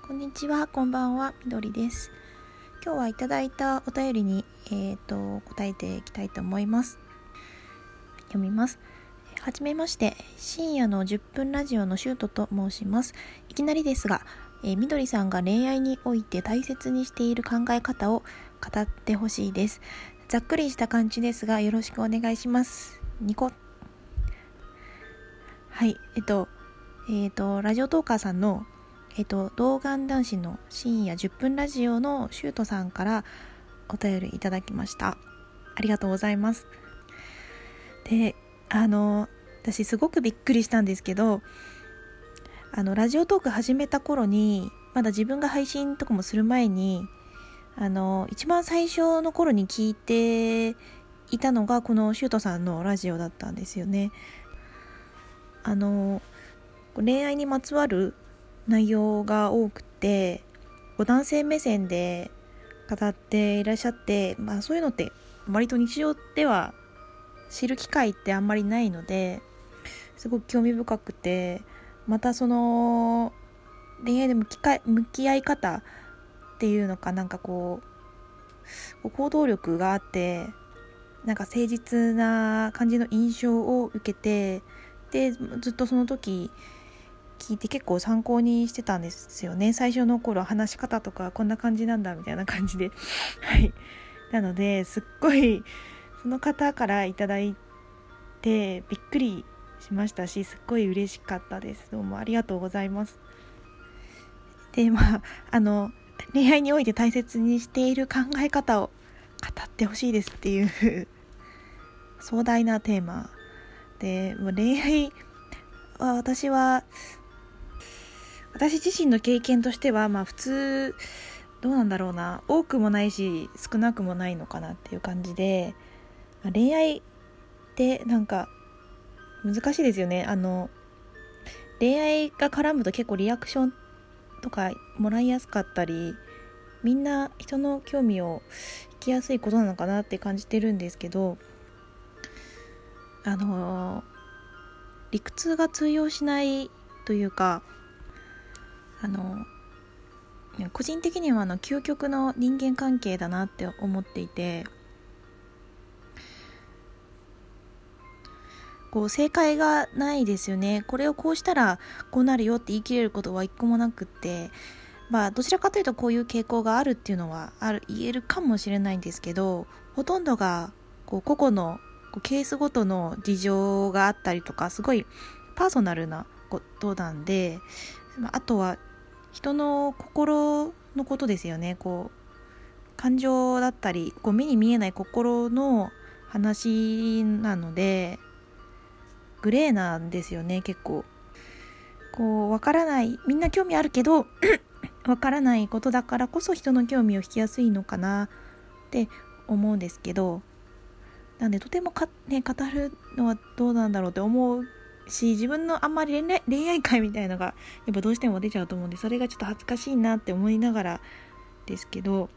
こんにちは、こんばんは、みどりです。今日はいただいたお便りに、答えていきたいと思います。読みます。はじめまして、深夜の10分ラジオのシュートと申します。いきなりですが、みどりさんが恋愛において大切にしている考え方を語ってほしいです。ざっくりした感じですが、よろしくお願いします。ニコ。はい、ラジオトーカーさんの童顔男子の深夜10分ラジオのシュートさんからお便りいただきました。ありがとうございます。で、私すごくびっくりしたんですけど、ラジオトーク始めた頃に、まだ自分が配信とかもする前に、一番最初の頃に聞いていたのがこのシュートさんのラジオだったんですよね。恋愛にまつわる内容が多くて、男性目線で語っていらっしゃって、そういうのって割と日常では知る機会ってあんまりないので、すごく興味深くて、またその恋愛で向き合い方っていうのか、行動力があって、誠実な感じの印象を受けて、でずっとその時聞いて結構参考にしてたんですよね。最初の頃話し方とかこんな感じなんだみたいな感じではい。なのですっごいその方からいただいてびっくりしましたし、すっごい嬉しかったです。どうもありがとうございます。で、恋愛において大切にしている考え方を語ってほしいですっていう壮大なテーマで、恋愛は私自身の経験としては、普通どうなんだろうな、多くもないし少なくもないのかなっていう感じで、恋愛って難しいですよね。恋愛が絡むと結構リアクションとかもらいやすかったり、みんな人の興味を引きやすいことなのかなって感じてるんですけど、理屈が通用しないというか、個人的には究極の人間関係だなって思っていて、正解がないですよね。これをこうしたらこうなるよって言い切れることは一個もなくって、どちらかというとこういう傾向があるっていうのは言えるかもしれないんですけど、ほとんどが個々のケースごとの事情があったりとか、すごいパーソナルなことなんで、あとは人の心のことですよね。感情だったり目に見えない心の話なので、グレーなんですよね。結構わからない、みんな興味あるけどわからないことだからこそ人の興味を引きやすいのかなって思うんですけど、なんでとても語るのはどうなんだろうって思うし、自分のあんまり恋愛観みたいなのがやっぱどうしても出ちゃうと思うんで、それがちょっと恥ずかしいなって思いながらですけど、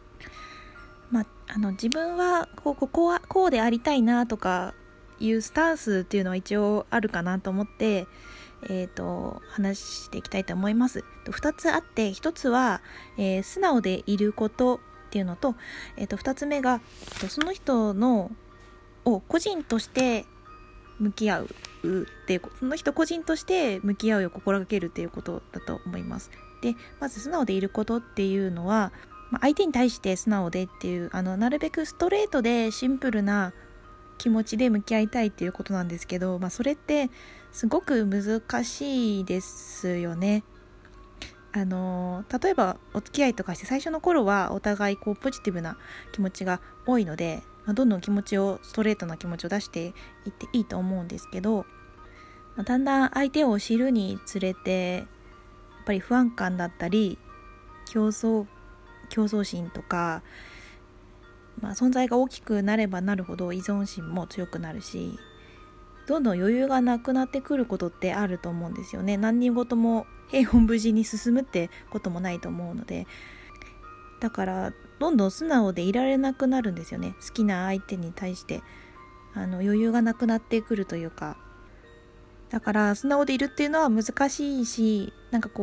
自分はここはこうでありたいなとかいうスタンスっていうのは一応あるかなと思って、話していきたいと思います。2つあって、1つは、素直でいることっていうのと、2つ目がその人のを個人として向き合うっていう、その人個人として向き合うを心がけるっていうことだと思います。で、まず素直でいることっていうのは、相手に対して素直でっていう、なるべくストレートでシンプルな気持ちで向き合いたいっていうことなんですけど、それってすごく難しいですよね。例えばお付き合いとかして最初の頃はお互いポジティブな気持ちが多いので、どんどん気持ちをストレートな気持ちを出していっていいと思うんですけど、だんだん相手を知るにつれてやっぱり不安感だったり競争心とか、存在が大きくなればなるほど依存心も強くなるし、どんどん余裕がなくなってくることってあると思うんですよね。何事も平穏無事に進むってこともないと思うので、だからどんどん素直でいられなくなるんですよね。好きな相手に対して余裕がなくなってくるというか、だから素直でいるっていうのは難しいし、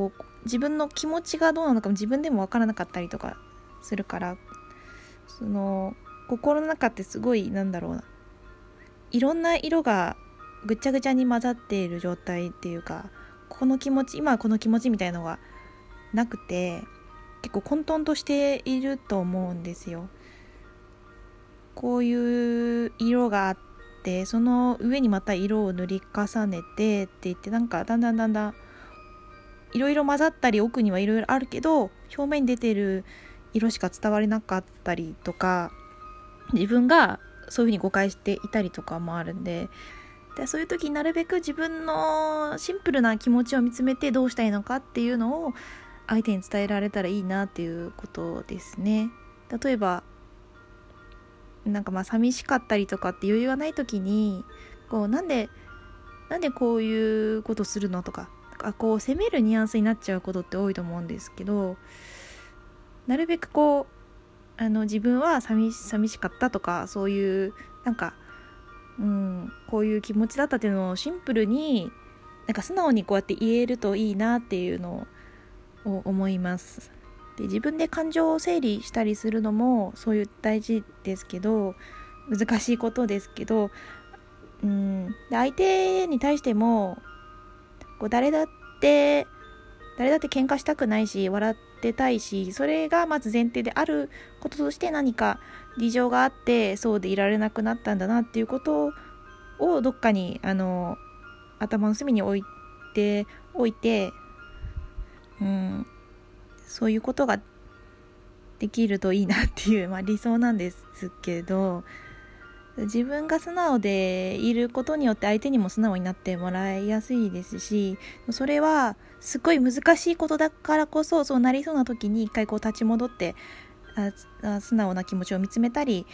自分の気持ちがどうなのかも自分でも分からなかったりとかするから、その心の中ってすごいいろんな色がぐちゃぐちゃに混ざっている状態っていうか、この気持ち、今はこの気持ちみたいなのがなくて、結構混沌としていると思うんですよ。こういう色があって、その上にまた色を塗り重ねてって言って、だんだんいろいろ混ざったり、奥にはいろいろあるけど表面に出てる色しか伝われなかったりとか、自分がそういうふうに誤解していたりとかもあるんで、そういう時になるべく自分のシンプルな気持ちを見つめてどうしたいのかっていうのを相手に伝えられたらいいなっていうことですね。例えば寂しかったりとかって余裕がない時に、なんでこういうことするのとか、責めるニュアンスになっちゃうことって多いと思うんですけど、なるべく自分は寂しかったとか、そういうこういう気持ちだったっていうのをシンプルに素直にこうやって言えるといいなっていうのを思います。で、自分で感情を整理したりするのもそういう大事ですけど、難しいことですけど、で相手に対しても誰だって喧嘩したくないし、笑ってたいし、それがまず前提であることとして、何か事情があってそうでいられなくなったんだなっていうことをどっかに頭の隅に置いておいて、そういうことができるといいなっていう、理想なんですけど、自分が素直でいることによって相手にも素直になってもらいやすいですし、それはすごい難しいことだからこそ、そうなりそうな時に一回立ち戻って素直な気持ちを見つめたり、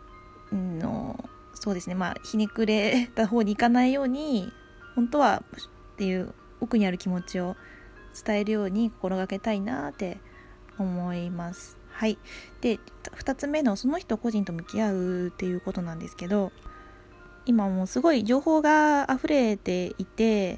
そうですね、ひねくれた方に行かないように、本当はっていう奥にある気持ちを伝えるように心がけたいなって思います。はい。で、2つ目のその人個人と向き合うっていうことなんですけど、今もうすごい情報が溢れていて、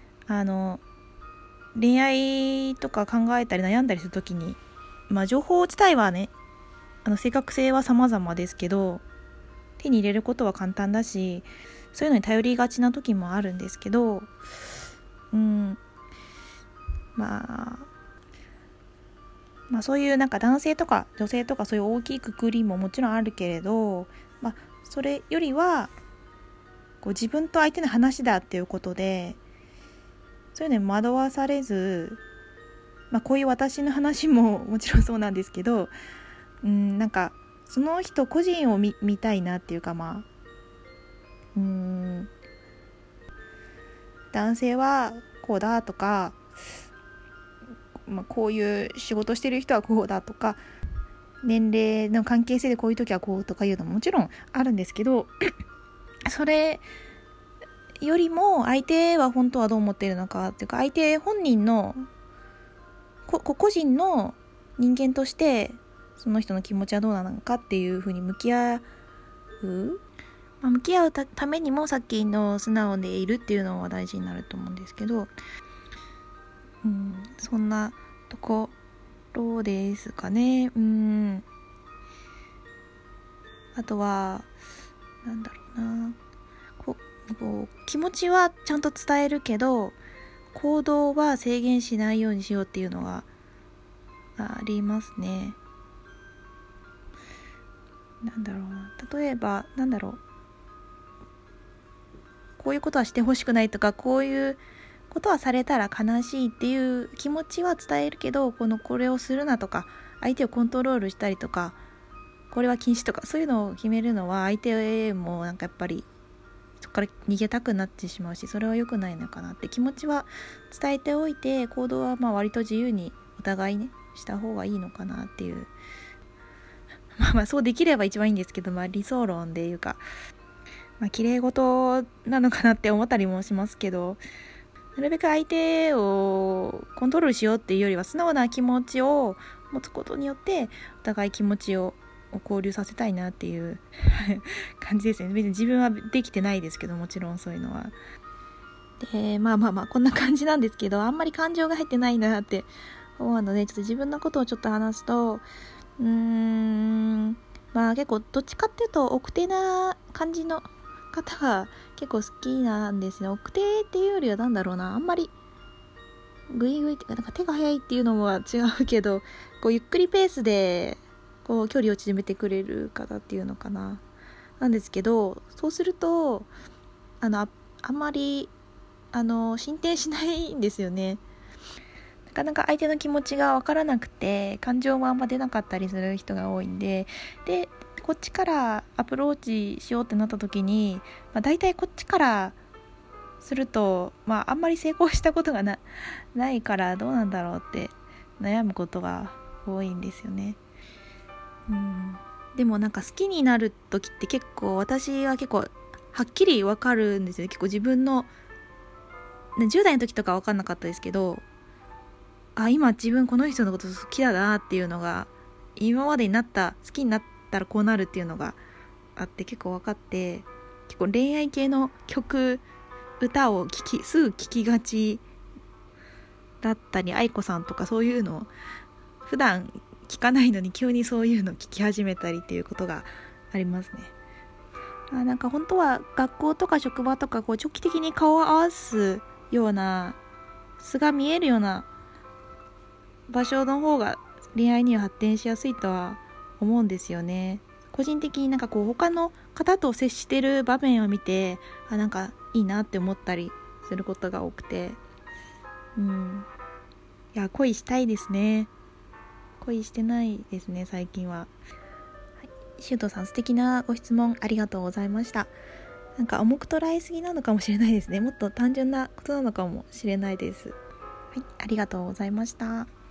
恋愛とか考えたり悩んだりするときに、情報自体はね、正確性は様々ですけど、手に入れることは簡単だし、そういうのに頼りがちな時もあるんですけど、そういう男性とか女性とかそういう大きいくくりももちろんあるけれど、それよりは自分と相手の話だっていうことで、そういうのに惑わされず、こういう私の話ももちろんそうなんですけど、その人個人を 見たいなっていうか、男性はこうだとか、こういう仕事してる人はこうだとか、年齢の関係性でこういう時はこうとかいうのももちろんあるんですけどそれよりも相手は本当はどう思っているのかっていうか、相手本人の個人の人間としてその人の気持ちはどうなのかっていうふうに向き合うためにも、さっきの素直でいるっていうのは大事になると思うんですけど、そんなところですかね。あとは気持ちはちゃんと伝えるけど行動は制限しないようにしようっていうのがありますね。例えばこういうことはしてほしくないとか、こういうことはされたら悲しいっていう気持ちは伝えるけど、これをするなとか、相手をコントロールしたりとか、これは禁止とか、そういうのを決めるのは相手もやっぱりそこから逃げたくなってしまうし、それは良くないのかなって気持ちは伝えておいて、行動は割と自由にお互いねした方がいいのかなっていう、そうできれば一番いいんですけど、理想論でいうか、綺麗事なのかなって思ったりもしますけど、なるべく相手をコントロールしようっていうよりは素直な気持ちを持つことによってお互い気持ちを交流させたいなっていう感じですね。別に自分はできてないですけど、もちろんそういうのは。 でこんな感じなんですけど、あんまり感情が入ってないなって思うので、ちょっと自分のことをちょっと話すと、結構どっちかっていうと奥手な感じの方が結構好きなんですね。奥手っていうよりはあんまりグイグイってなんか手が早いっていうのは違うけど、こうゆっくりペースでこう距離を縮めてくれる方っていうのかな、なんですけど、そうするとあんまり進展しないんですよね。なかなか相手の気持ちが分からなくて、感情もあんま出なかったりする人が多いんで、こっちからアプローチしようってなった時に、大体こっちからすると、あんまり成功したことがないからどうなんだろうって悩むことが多いんですよね。でもなんか好きになる時って私は結構はっきり分かるんですよ。結構自分の10代の時とか分かんなかったですけど、今自分この人のこと好きだなっていうのが、今まで好きになったらこうなるっていうのがあって結構分かって、結構恋愛系の歌をすぐ聴きがちだったり、愛子さんとかそういうの普段聞かないのに急にそういうの聞き始めたりっていうことがありますね。なんか本当は学校とか職場とか長期的に顔を合わすような素が見えるような場所の方が恋愛には発展しやすいとは思うんですよね。個人的に他の方と接してる場面を見てなんかいいなって思ったりすることが多くて、いや恋したいですね。恋してないですね最近は。シュートさん、素敵なご質問ありがとうございました。なんか重く捉えすぎなのかもしれないですね。もっと単純なことなのかもしれないです。ありがとうございました。